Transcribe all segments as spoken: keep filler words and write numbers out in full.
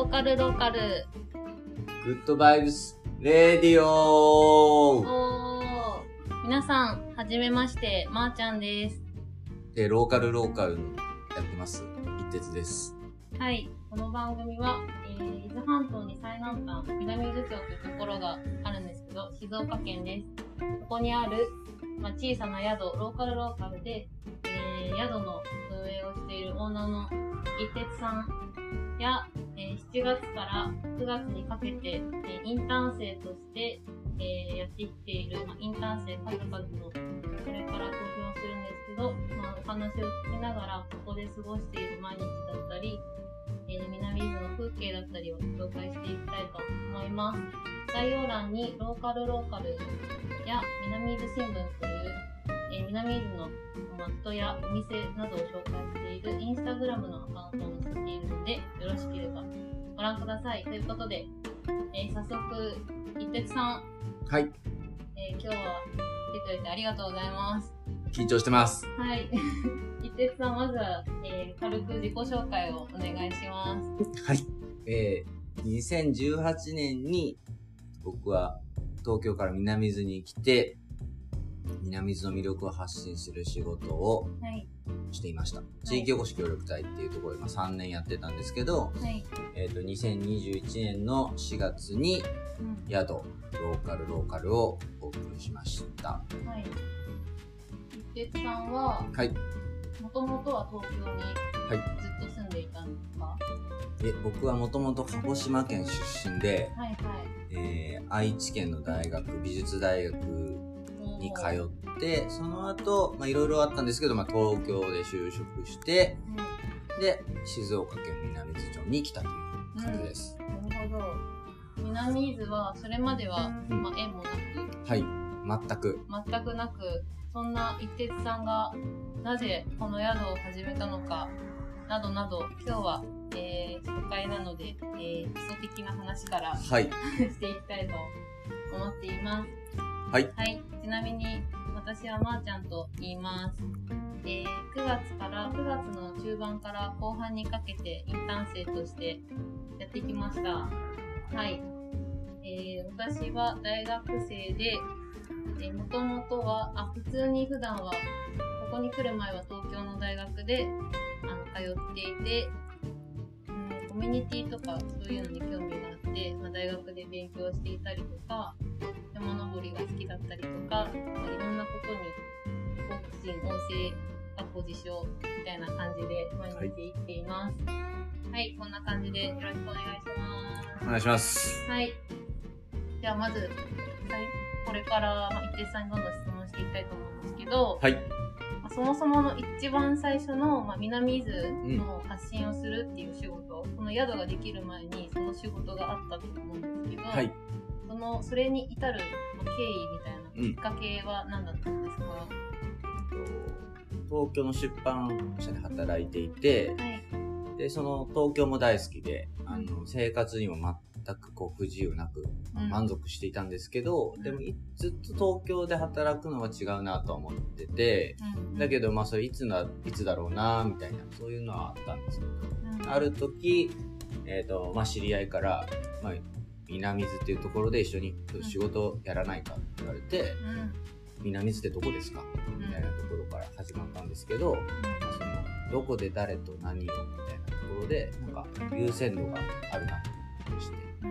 ーカルローカルグッドバイブスレディオおー皆さんはじめまして、まーちゃんです。 でローカルローカルやってます一徹です。 はい、この番組は、えー、伊豆半島に最南端南伊豆町というところがあるんですけど、静岡県です。そこにある、まあ、小さな宿ローカルローカルで、えー、宿の運営をしているオーナーの一徹さんや、えー、しちがつからくがつにかけて、えー、インターン生として、えー、やってきている、まあ、インターン生数々のこれから投票するんですけど、まあ、お話を聞きながらここで過ごしている毎日だったり、えー、南伊豆の風景だったりを紹介していきたいと思います。概要欄にローカルローカルや南伊豆新聞という、えー、南伊豆の人やお店などを紹介しているインスタグラムのアカウントを載せているので、よろしければご覧ください。ということで、えー、早速一徹さん、 はい、 えー、今日は来てくれてありがとうございます。 緊張してます。 はい一徹さん、まずは、えー、軽く自己紹介をお願いします。 はい、えー、にせんじゅうはちねんに僕は東京から南伊豆に来て、南伊豆の魅力を発信する仕事をしていました、はい、地域おこし協力隊っていうところで、まあ、さんねんやってたんですけど、はい、えーと、にせんにじゅういちねんのしがつに宿、うん、ローカルローカルをオープンしました。はい、 一徹さんは、 はい、 もともとは東京にずっと住んでいたんですか？はい、 で僕はもともと鹿児島県出身で、 はいはい、 えー、愛知県の大学美術大学に通って、その後いろいろあったんですけど、まあ、東京で就職して、うん、で静岡県南伊豆町に来たという感じです。 うん、なるほど。南伊豆はそれまでは、うん、まあ、縁もなく、 はい全く全くなく、そんな一徹さんがなぜこの宿を始めたのかなどなど、今日は、えー、初回なので、えー、基礎的な話から、はい、していきたいと思っています。 はい、 はい、ちなみに私はまーちゃんと言います。えー、くがつからくがつの中盤から後半にかけてインターン生としてやってきました。はい、えー、私は大学生で、えー、もともとはあ普通に普段はここに来る前は東京の大学であの通っていて、うん、コミュニティとかそういうのに興味があって、まあ、大学で勉強していたりとか、山登りが好きだったりとか、まあ、いろんなことに好奇心旺盛学校自称みたいな感じで毎日生きています。はい、はい、こんな感じでよろしくお願いします。 お願いします。 はい、じゃあまずこれから、まあ、一徹さんにどんどん質問していきたいと思うんですけど、はい、まあ、そもそもの一番最初の、まあ、南伊豆の発信をするっていう仕事、うん、この宿ができる前にその仕事があったと思うんですけど、はい、そのそれに至る経緯みたいなきっかけは何だったんですか？ うん、東京の出版社で働いていて、はい、でその東京も大好きで、あの生活にも全くこう不自由なく、まあ、満足していたんですけど、うん、でもずっと東京で働くのは違うなと思ってて、うん、だけどまあそれいつな、いつだろうなみたいな、そういうのはあったんですけど、うん、ある時、えーとまあ、知り合いから、まあ南伊豆っていうところで一緒に仕事やらないかって言われて、うん、南伊豆ってどこですかみたいなところから始まったんですけど、うん、そのどこで誰と何をみたいなところでなんか優先度があるなと思って、うん、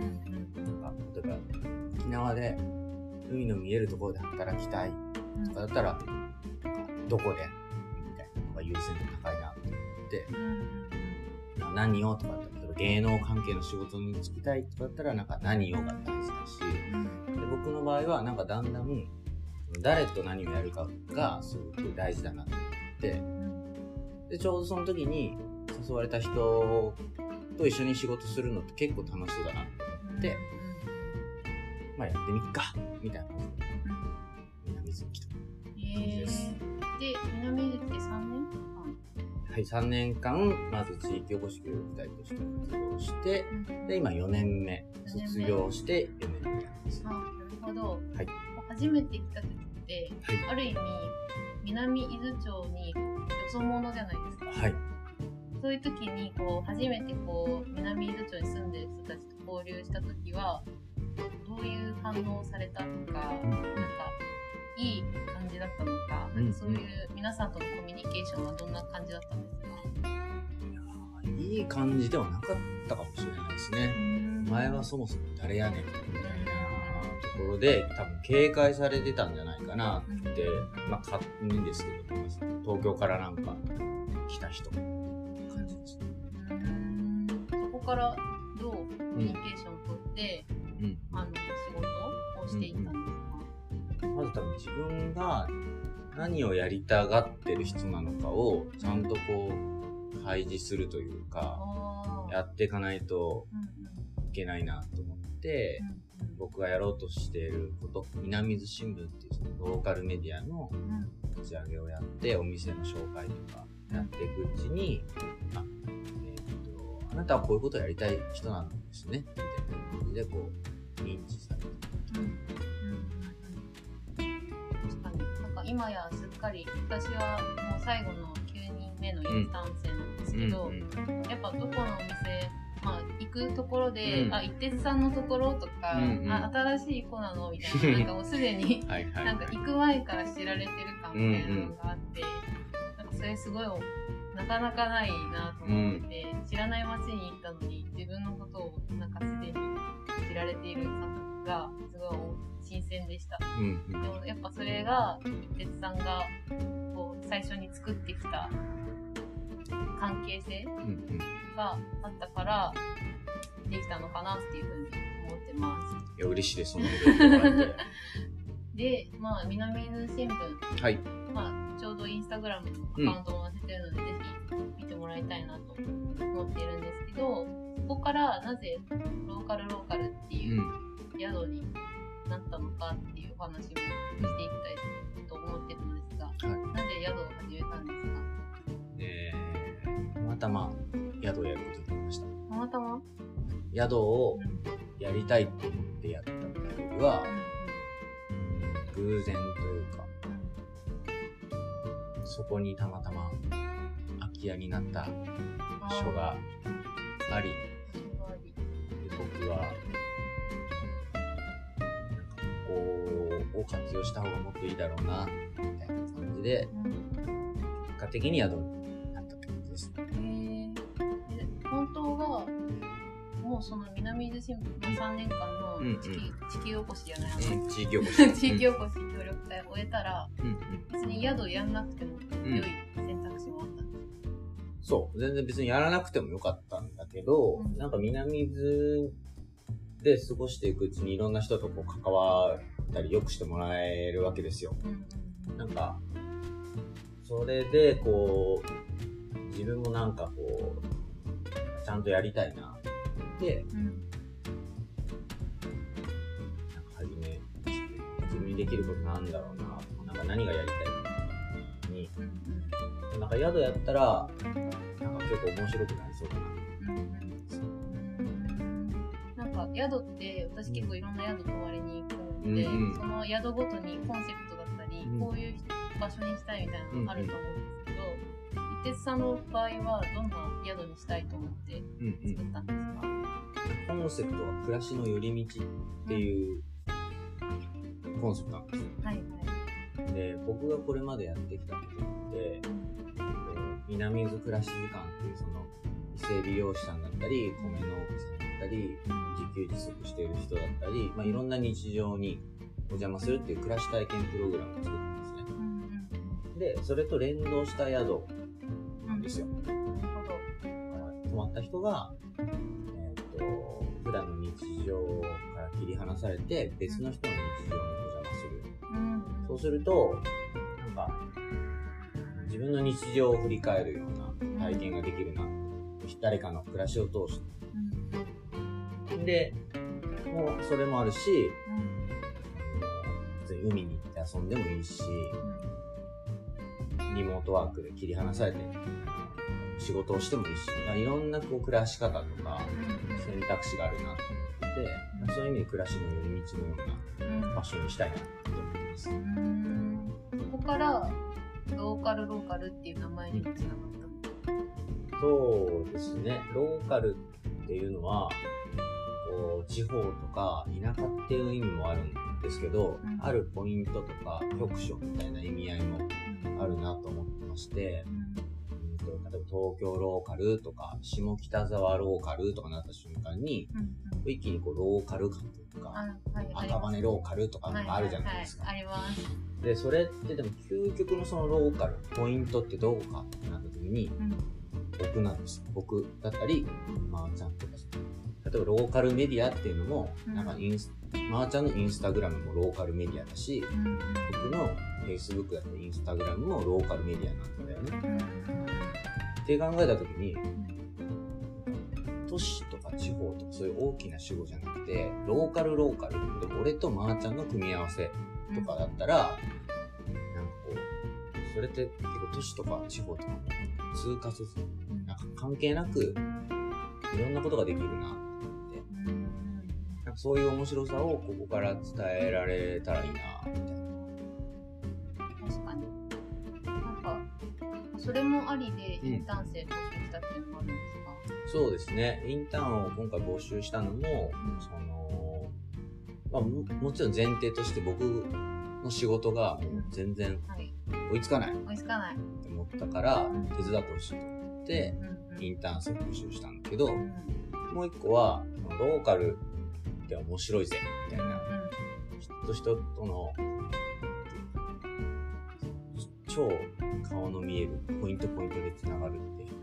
なんか例えば沖縄で海の見えるところで働きたいとかだったら、なんかどこでみたいなのが優先度高いなと思って、うん、何をとかだったら芸能関係の仕事に就きたいとかだったらなんか何をが大事だし、で僕の場合はなんかだんだん誰と何をやるかがすごく大事だなと思って、でちょうどその時に誘われた人と一緒に仕事するのって結構楽しそうだなと思って、まあやってみっかみたいな感じで南伊豆に来た感じです。 で南伊豆ってさんねんかんはい、さんねんかんまず地域おこし協力隊として活動して、うん、で今よねんめ卒業してよねんめなんです。 あ、なるほど。はい、初めて来た時って、はい、ある意味南伊豆町によそ者じゃないですか。はい。そそういう時にこう初めてこう南伊豆町に住んでる人たちと交流した時はどういう反応をされたとか、なんかいい感じだったのか、なんかそういう皆さんとのコミュニケーションはどんな感じだったんですか？ いい感じではなかったかもしれないですね。お前はそもそも誰やねんみたいなところで多分警戒されてたんじゃないかなって、まあ勝手にですけど、東京からなんか来た人感じですね。 そこからどうコミュニケーションを取って、うん、あの仕事をしていったんですか？ まず多分自分が何をやりたがってる人なのかをちゃんとこう開示するというか、やっていかないといけないなと思って、うんうん、僕がやろうとしていること、南伊豆新聞っていうそのローカルメディアの立ち上げをやって、お店の紹介とかやっていくうちに、あ、えー、っと、あなたはこういうことをやりたい人なんですね、みたいな感じでこう認知されて、うんうんうん、確かに、なんか今やすっかり、私はもう最後のきゅうにんめのインスタン生なんですけど、うんうんうん、やっぱどこのお店、まあ、行くところで、うん、あ、一徹さんのところとか、うんうん、あ、新しい子なのみたいな、なんかもうすでにはいはい、はい、なんか行く前から知られてる感みたいなのがあって、うんうん、なんかそれすごいなかなかないなと思ってて、うん、知らない街に行ったのに自分のことをなんかすでに知られている感覚がすごい新鮮でした。うんうん、でもやっぱそれが一徹さんがこう最初に作ってきた関係性があったからできたのかなっていうふうに思ってます。 いや嬉しいです、そのこと言ってもらってで、まあ南伊豆新聞、はい、まあちょうどインスタグラムのアカウントも載せてるので、うん、ぜひ見てもらいたいなと思っているんですけど、そこからなぜローカルローカルっていう宿になったのかっていうお話もしていきたいと思ってるのですが、うん、なぜ宿を始めたんですか？ えー、たまたま宿をやることになりました。 たまたま宿をやりたいって思ってやったみたいなよりは、うん、偶然というか、うん、そこにたまたま空き家になった場所があり、で僕はここを活用した方がもっといいだろうなみたいな感じで、うん、結果的に宿になったって感じです。 へー。本当はもうその南伊豆新聞のさんねんかんの地, うんうん、地球おこしじゃない、 うん、地域おこし地域おこし協力隊を終えたら、うんうん、別に宿やんなくても良い選択肢もあったんです、 うん、そう全然別にやらなくてもよかったんだけど、うん、なんか南伊豆で過ごしていくうちにいろんな人とこう関わったりよくしてもらえるわけですよ、うん、なんかそれでこう自分もなんかこうちゃんとやりたいなで、うん、なんか始め自分にできることなんだろうな、なんか何がやりたいかに、うん、なんか宿やったらなんか結構面白くなりそうだな、 うん、なんか宿って私結構いろんな宿泊まりに行くので、うんうん、その宿ごとにコンセプトだったり、うん、こういう場所にしたいみたいなのがあると思うんですけど、一徹さんの場合はどんな宿にしたいと思って作ったんですか？うんうん、 コンセプトは暮らしの寄り道っていうコンセプトなんですよ。はいはい。で、僕がこれまでやってきたことって、南伊豆暮らし図鑑っていうその伊勢美容師さんだったり、米農家さんだったり、自給自足している人だったり、まあ、いろんな日常にお邪魔するっていう暮らし体験プログラムを作ったんですね。で、それと連動した宿なんですよ。なるほど。泊まった人が、普段の日常から切り離されて別の人の日常にお邪魔する、うん、そうするとなんか自分の日常を振り返るような体験ができるな、うん、誰かの暮らしを通して、うん、でもうそれもあるし、うん、海に行って遊んでもいいし、うん、リモートワークで切り離されて仕事をしてもいいし、いろんなこう暮らし方とか選択肢があるなって思ってて、うん、そういう意味で暮らしの寄り道のような場所にしたいなって思います。うん、 そこからローカルローカルっていう名前につながったの？ そうですね。ローカルっていうのは、こう地方とか田舎っていう意味もあるんですけど、うん、あるポイントとか局所みたいな意味合いもあるなと思ってまして、うん、例えば東京ローカルとか下北沢ローカルとかなった瞬間に、うんうん、一気にこうローカル感とか、はい、赤羽ローカルとかあるじゃないですか。 はいはいはい、あります。 で、それってでも究極のそのローカル、ポイントってどこかってなった時に、うん、僕なんですよ。僕だったり、まーちゃんとか、例えばローカルメディアっていうのも、うん、なんかインス、まーちゃんのインスタグラムもローカルメディアだし、うん、僕のフェイスブックだったりインスタグラムもローカルメディアなんだよね。うん、って考えた時に、都市とか地方とかそういう大きな主語じゃなくて、ローカルローカル、でも俺とまーちゃんの組み合わせとかだったら、なんかこう、それって結構都市とか地方とかも通過せず、なんか関係なくいろんなことができるなって思って、なんかそういう面白さをここから伝えられたらいいなみたいな。 確かに。なんかそれもありでインターン生募集したっていうのもあるんですか？ うん、そうですね。インターンを今回募集したのも、うん、そのまあ、も, もちろん前提として僕の仕事がもう全然追いつかない、 追いつかないって思ったから手伝ってほしいと思ってインターン生募集したんだけど、うん、もう一個はローカルって面白いぜみたいな、うん、人と人との超顔の見えるポイントポイントでつながるって、うん、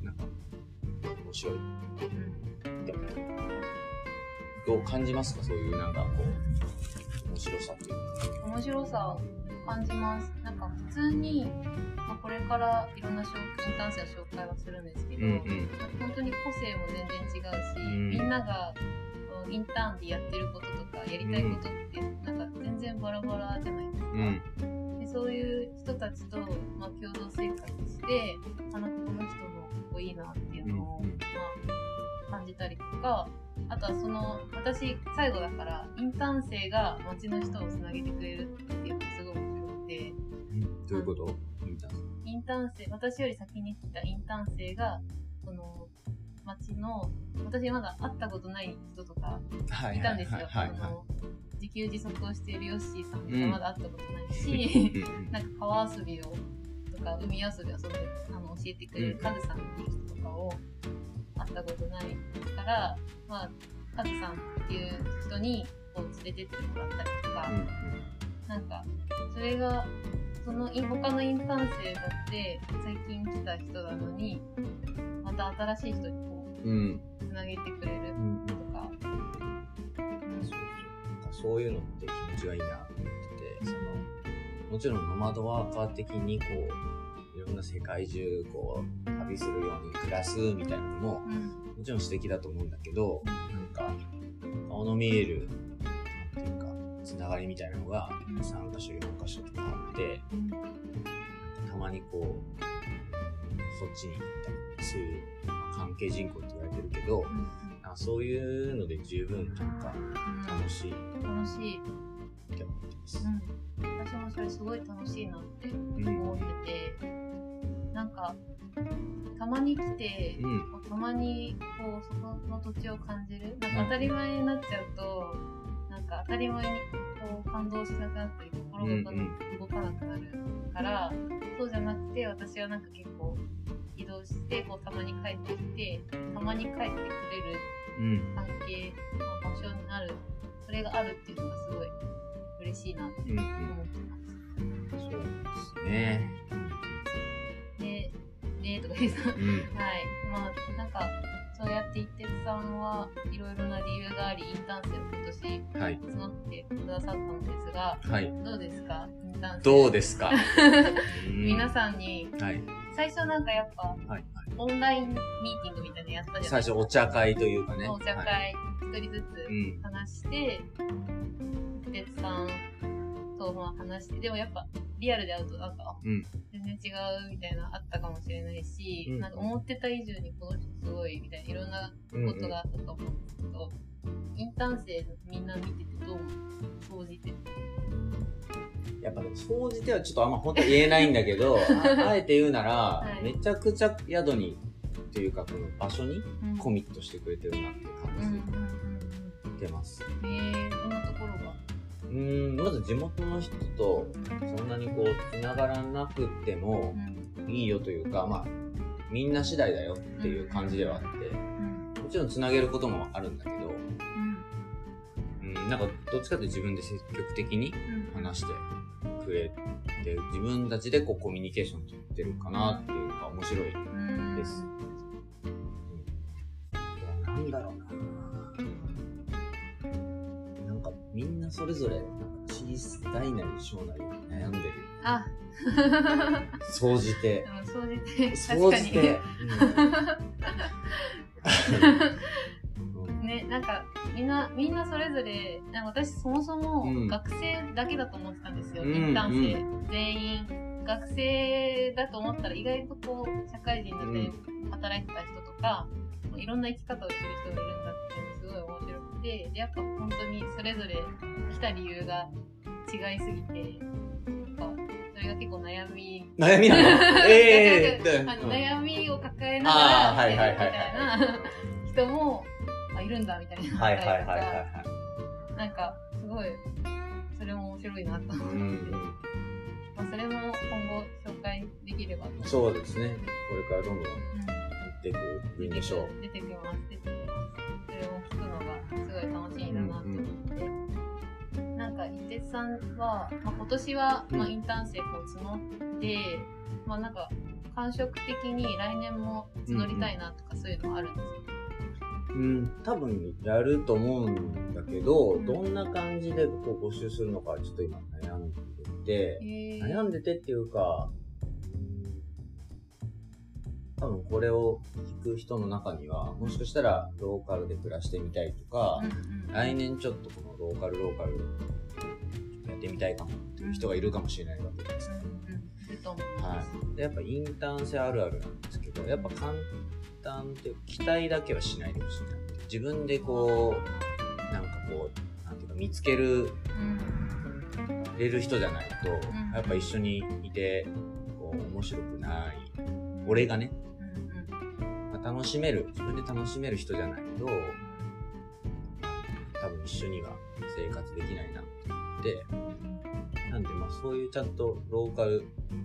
なんか面白いって思って、どう感じますか？そういうなんかこう面白さっていう面白さを感じます。なんか普通に、まあ、これからいろんなインターン生の紹介はするんですけど、うんうん、本当に個性も全然違うし、うん、みんながインターンでやってることとかやりたいことってなんか全然バラバラじゃないですか、うん、でそういう人たちと、まあ、共同生活してあのこの人もかっこいいなっていうのを、うんうん、まあ、感じたりとか、あとはその私最後だからインターン生が街の人をつなげてくれるっていうのがすごい面白くて、 うん、どういうこと？インターン生インターン生私より先に来たインターン生がその街の私まだ会ったことない人とかいたんですよ。自給自足をしているヨッシーさんとかまだ会ったことないし、うん、なんか川遊びをとか海遊びをそのあの教えてくれるカズさんっていう人とかを会ったことないから、まあ、カズさんっていう人にこう連れてってもらったりとか、うん、なんかそれがその他のインターン生だって最近来た人なのにまた新しい人にこう、うん、つなげてくれるとか、うんうん、 そうそうそういうのって気持ちがいいなと思ってて、そのもちろんノマドワーカー的にこういろんな世界中こう旅するように暮らすみたいなのも、うん、もちろん素敵だと思うんだけど、なんか顔の見えるなんていうかつながりみたいなのがさんかしょよんかしょとかあって、うん、たまにこうそっちに行ったりする、まあ、関係人口って言われてるけど、うん、なんかそういうので十分なんか楽しい、 うん、楽しいって思ってます、 うん、私もそれすごい楽しいなって思ってて、うん、なんかたまに来て、うん、たまにこうそこの土地を感じる、なんか当たり前になっちゃうと、なんか当たり前にこう感動しなくなったり心が動かなくなるから、うんうん、そうじゃなくて私はなんか結構移動してこうたまに帰ってきてたまに帰ってくれる関係の場所になる、それがあるっていうのがすごい嬉しいなって思ってます、 うんうん、そうですね。 でねとか言うと、うん、はい、まあなんかそうやって一徹さんはいろいろな理由がありインターン生を今年募ってくださったのですが、はい、どうですかインターン生？ どうですか皆さんに、はい、最初なんかやっぱ、はいはい、オンラインミーティングみたいなのやったじゃないですか。 最初お茶会というかね、 お茶会一、はい、人ずつ話して、一徹、うん、さんとまあ話して、でもやっぱリアルで会うとなんか、うん、全然違うみたいなあったかもしれないし、うん、なんか思ってた以上にこの人すごいみたいないろんなことがあったと思うんですけど、うんうん、インターン生みんな見ててどう思う？総じて。 やっぱね、総じてはちょっとあんま本当は言えないんだけど、あ, あえて言うなら、はい、めちゃくちゃ宿にっていうかこの場所にコミットしてくれてるなっていう感じてます。 へ、うんうんうん、えー、どんなところが？ うーん、まず地元の人とそんなにこうつながらなくてもいいよというか、まあみんな次第だよっていう感じではあって、もちろんつなげることもあるんだけど、うん、なんかどっちかって自分で積極的に話してくれて、自分たちでこうコミュニケーション取ってるかなっていうのが面白いです。うん、なんだろうな。なんかみんなそれぞれなんか小大なり小なり悩んでる。 あ、 総じて。 総じて。 総じて。 ね、なんかみんなみんなそれぞれ、なんか私そもそも学生だけだと思ってたんですよ、うん、インターン生、うん、全員学生だと思ったら意外とこう社会人だって働いてた人とか、うん、いろんな生き方をする人がいるんだってすごい面白くて、でやっぱ本当にそれぞれ来た理由が違いすぎて、なんかそれが結構悩み悩みなの？えー、あの悩みを抱えながら来てるみたいな人もいるんだみたいな。 はいはいはいはいはい。 なんかすごいそれも面白いなと思って、うん、まあそれも今後紹介できればと。 そうですね。これからどんどん出てくるんでしょう。 出てきます出てきます。それを聞くのがすごい楽しみだなと思って。うんうん、なんか伊哲さんは、まあ、今年は、まあ、インターン生を募って、うん、まあなんか感触的に来年も募りたいなとかそういうのはあるんですか？ うん、多分やると思うんだけど、うん、どんな感じでこう募集するのかちょっと今悩んでて、悩んでてっていうか、多分これを聞く人の中にはもしかしたらローカルで暮らしてみたいとか、うんうん、来年ちょっとこのローカルローカルやってみたいかもっていう人がいるかもしれないわけです、うんうん、はい。でやっぱインターン生あるあるなんですけど、やっぱ簡単って期待だけはしないでほしいな。自分でこうなんかこうなんていうか見つける、うん、れる人じゃないと、うん、やっぱ一緒にいてこう面白くない、俺がね、うんまあ、楽しめる自分で楽しめる人じゃないと、多分一緒には生活できないなって思って、なんでまあそういうちゃんとローカル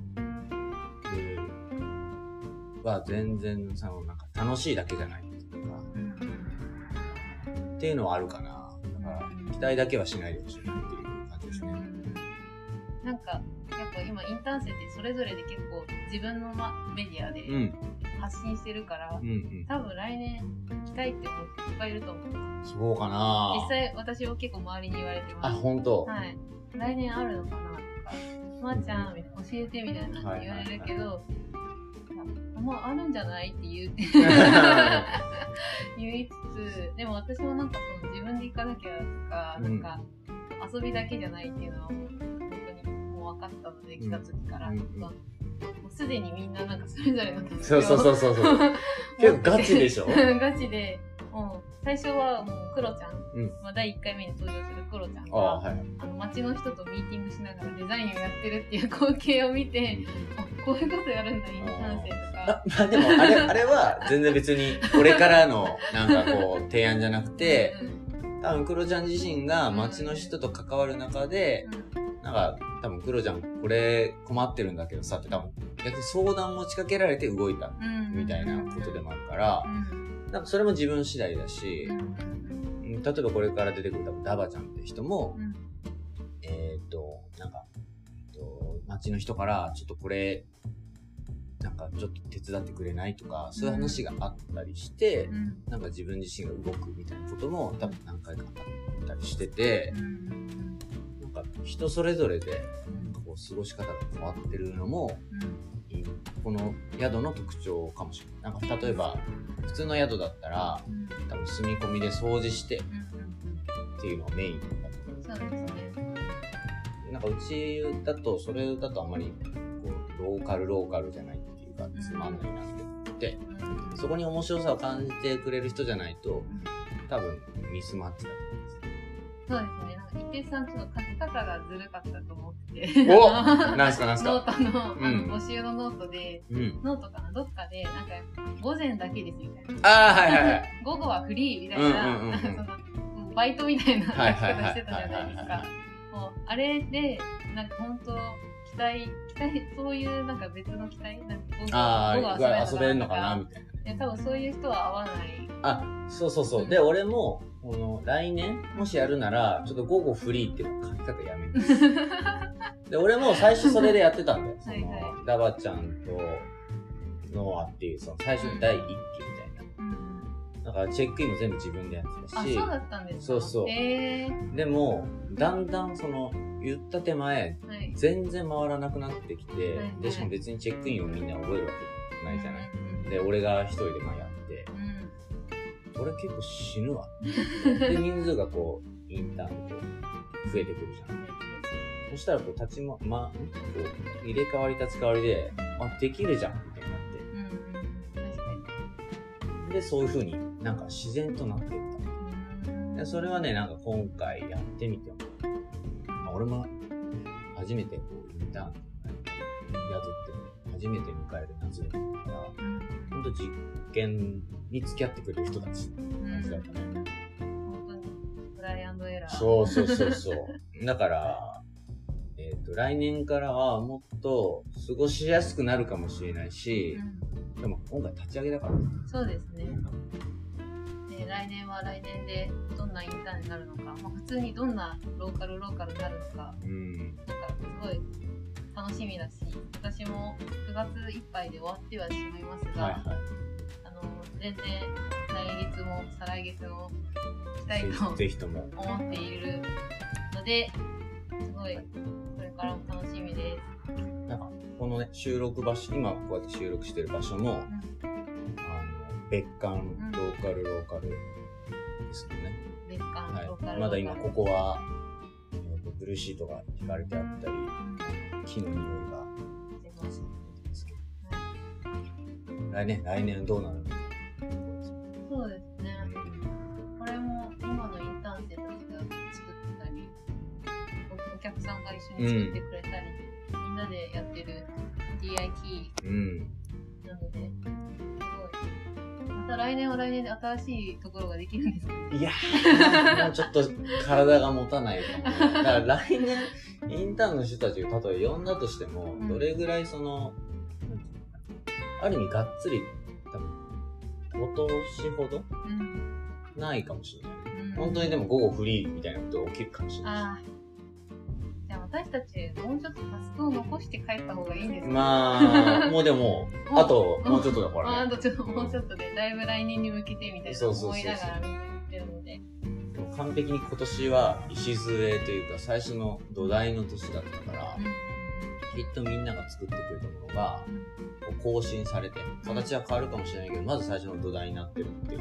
は全然そのなんか楽しいだけじゃないっていうか、うん、っていうのはあるかな。だから期待だけはしないでほしいなっていう感じですね。 うん、なんかやっぱ今インターン生ってそれぞれで結構自分のメディアで発信してるから、うんうん、多分来年来たいって思う人いっぱいいると思う。 そうかな。 実際私は結構周りに言われてます。 あ、本当。 はい。来年あるのかなとか、まーちゃん教えてみたいなって言われるけど。はいはいはい、もうあるんじゃないって言うて言いつつ、でも私もなんかその自分で行かなきゃとか、うん、なんか遊びだけじゃないっていうのはもう本当にもう分かったので来た時から、うんうん、もうすでにみんななんかそれぞれの特徴をそうそうそうそう結構ガチでしょガチで、もう最初はもうクロちゃん、うんまあ、だいいっかいめに登場するクロちゃんがあ、はい、あの街の人とミーティングしながらデザインをやってるっていう光景を見て、あ、こういうことやるんだインターン生とか。 あ、まあでもあれあれは全然別にこれからのなんかこう提案じゃなくて、多分クロちゃん自身が街の人と関わる中で、なんか多分クロちゃんこれ困ってるんだけどさって多分逆に相談持ちかけられて動いたみたいなことでもあるから、なんかそれも自分次第だし、例えばこれから出てくる多分ダバちゃんって人も、えっとなんか街の人からちょっとこれなんかちょっと手伝ってくれないとか、そういう話があったりして、うん、なんか自分自身が動くみたいなことも多分何回かあったりしてて、うん、なんか人それぞれでなんかこう過ごし方が変わってるのも、うん、この宿の特徴かもしれない。なんか例えば普通の宿だったら、うん、多分住み込みで掃除してっていうのがメインだと思うんですね。なんかうちだとそれだとあんまりこうローカルローカルじゃないっていうかつまんないなって思って、うん、そこに面白さを感じてくれる人じゃないと多分ミスマッチだと思うんです。 そうですね。なんか、伊手さんちょっと書き方がずるかったと思ってて。 おなんすかなんすノかートの、 うんあの、募集のノートで、 うん。 ノートかなどっかで、なんか、午前だけですみたいな。 ああ、はいはいはい。 午後はフリーみたいな、 うんうんうんうんなんかその、もうバイトみたいな書きはいはいはい方してたじゃないですか。もう、あれで、なんか本当期待、期待、そういうなんか別の期待なんか午後あ午後あ、遊べるのとかなみたいな。 いや、多分そういう人は合わない。 あ、そうそうそう。で、俺も、この、来年、もしやるなら、ちょっと午後フリーっていうの書き方やめる。で、俺も最初それでやってたんだよ。その、 はいはいダバちゃんと、ノアっていう、その、最初の第一期みたいな。だから、チェックインも全部自分でやってたあ、 し、 そうだったんですか。 そうそうへー。 でも、だんだんその、言った手前、 はい。 全然回らなくなってきて、 はいはいで、しかも別にチェックインをみんな覚えるわけないじゃない。 うんで、俺が一人でまあやって、 うん俺結構死ぬわ。で、人数がこう、インターンでこう、増えてくるじゃん。そしたらこう、立ちま、ま、こう、入れ替わり立ち替わりで、あ、できるじゃん、みたいになっうんうん。確かて。で、そういう風になんか自然となっていっに。 た。で、それはね、なんか今回やってみても、まあ、俺も初めてこう、インターン宿って初めて迎える夏だったから、 うんほんと実験に付き合ってくれる人たちって感じだったね。 本当にトライアンドエラー。 そうそうそうそう。だから、えっと、来年からはもっと過ごしやすくなるかもしれないし、 うん、 でも今回立ち上げだから。 そうですね。で、来年は来年でどんなインターンになるのか、まあ、普通にどんなローカルローカルになるのか、 うん。 なんかすごい楽しみだし、私もくがついっぱいで終わってはしまいますが、 はいはい。 あの、全然来月も再来月もしたいとぜひとも。 思っているので、すごいこれからも楽しみです。 なんか、このね、収録場所、今こうやって収録してる場所も、 うん、 あの、別館ローカルローカルですよね。 別館ローカルローカル。 はい。まだ今ここは、えーとブルーシートが引かれてあったり、木の匂いが出ます。 ですけど、来年、来年どうなるのか。 そうですね。これも今のインターン生たちが作ってたり、お客さんが一緒に作ってくれたり、うん、みんなでやってる ディーアイティー なので、すごい。また来年は来年で新しいところができるんですか？ いやー、もうちょっと体が持たないかも。だから来年、インターンの人たちが例えば呼んだとしても、どれぐらいその、ある意味がっつり、多分、ご投資ほど、うん、ないかもしれない、うん。本当にでも午後フリーみたいなことが起きるかもしれない。 あじゃあ私たち、もうちょっとタスクを残して帰った方がいいんですか？ まあ、もうでも、あと、もうちょっとだからね。 あとちょっと、もうちょっとで、だいぶ来年に向けてみたいな思いながらみんな言ってるので。 完璧に今年は礎というか最初の土台の年だったから、うん、きっとみんなが作ってくれたものが更新されて、形は変わるかもしれないけど、まず最初の土台になってるっていう、うん、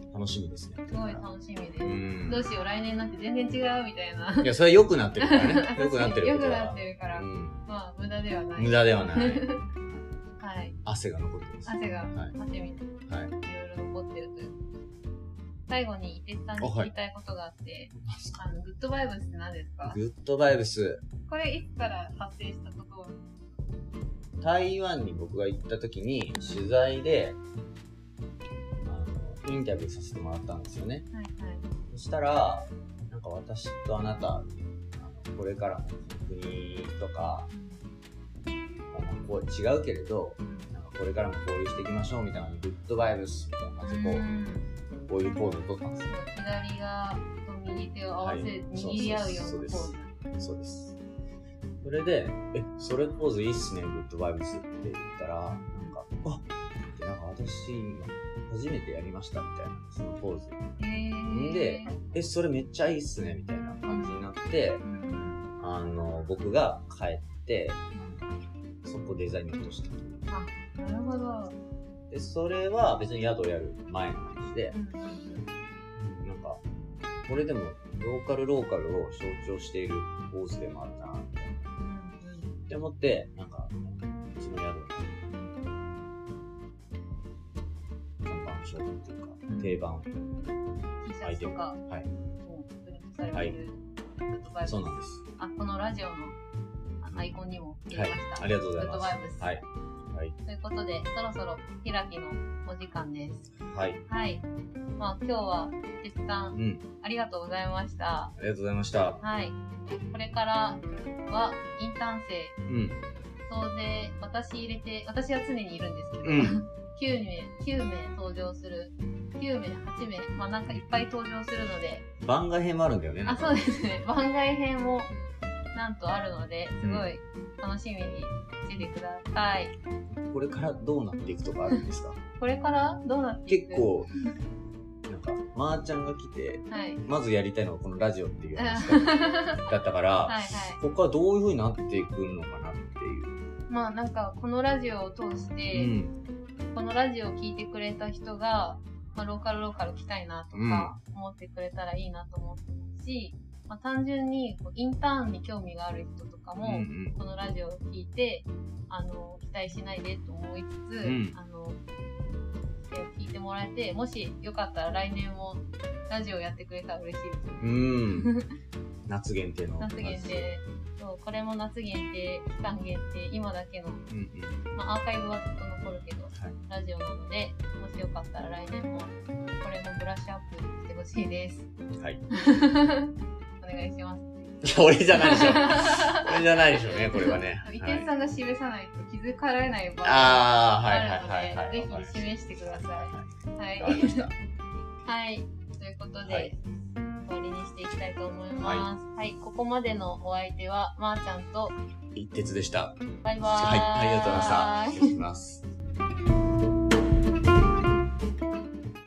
楽しみですね。 すごい楽しみです。うん、どうしよう、来年になって全然違うみたいな。 いや、それ良くなってるからね。良くなってる良くなってるから、うん、まあ無駄ではない。 無駄ではない。 はい。 汗が残ってます。 汗が、はい、汗みたいな、はい、いろいろ残ってるという。最後に、伊手さんに聞きたいことがあって、あの、グッドバイブスって何ですか？ グッドバイブス。 これいつから発生したこと？ 台湾に僕が行った時に、取材で、あの、インタビューさせてもらったんですよね。はいはい。そしたら、なんか私とあなた、あのこれからの国とか、まあ、こう違うけれど、なんかこれからも交流していきましょうみたいな、グッドバイブスみたいな感じでこう、こういうポーズを取ったんですよ。 左がと右手を合わせ、はい、握り合うようなポーズ。 そうです。それで、え、それポーズいいっすね、グッドバイブスって言ったら、なんか、あってなんか私、初めてやりましたみたいな、そのポーズ。へー。で、え、それめっちゃいいっすね、みたいな感じになって、うん、あの、僕が帰って、うん、そこデザイン落とした。 あ、なるほど。 で、それは別に宿をやる前の話で、うんうん、なんか、これでもローカルローカルを象徴しているポーズでもあるな、みたいな。うんうん、って思って、なんか、うちの宿の看板商品というか、定番 T シャツとか、 はい。 もうプリントされてるグッドバイブス。 そうなんです。 あ、このラジオのアイコンにも入れました。 はい、ありがとうございます。 グッドバイブス。 はい。はい。 ということで、そろそろ開きのお時間です。 はい。 はい。まあ今日は、哲さん、うん、ありがとうございました。 ありがとうございました。 はい。これからは、インターン生、うん、総勢、私入れて、私は常にいるんですけど、うん、きゅうめい、きゅうめい登場する。きゅうめい、はちめい、まあなんかいっぱい登場するので。 番外編もあるんだよね。 あ、そうですね。番外編も、なんとあるので、すごい楽しみにしててください。 これからどうなっていくとかあるんですか？ これからどうなっていく？ 結構、なんか、まーちゃんが来て、はい、まずやりたいのがこのラジオっていう話だったから、はい、はい、ここからどういう風になっていくのかなっていう。 まあなんか、このラジオを通して、うん、このラジオを聞いてくれた人が、まあ、ローカルローカル来たいなとか思ってくれたらいいなと思ってますし、まあ、単純にこうインターンに興味がある人とかも、うんうん、このラジオを聞いて、あの、期待しないでと思いつつ、うん、あの、聞いてもらえて、もしよかったら来年もラジオやってくれたら嬉しいです。 うん。夏限定の。 夏限定。そう、これも夏限定、期間限定、今だけの、うんうん、まあアーカイブはずっと残るけど、はい、ラジオなので、もしよかったら来年も、これもブラッシュアップしてほしいです。はい。お願いします。 いや、俺じゃないでしょ。俺じゃないでしょうね、これはね。 伊手さんが示さないと気づかれない場合があるので、ぜひ示してください。はい。はい。はい。ということで、はい、終わりにしていきたいと思います。はい。はい、ここまでのお相手は、まーちゃんと、 一徹でした。 バイバーイ。 はい。ありがとうございました。失礼します。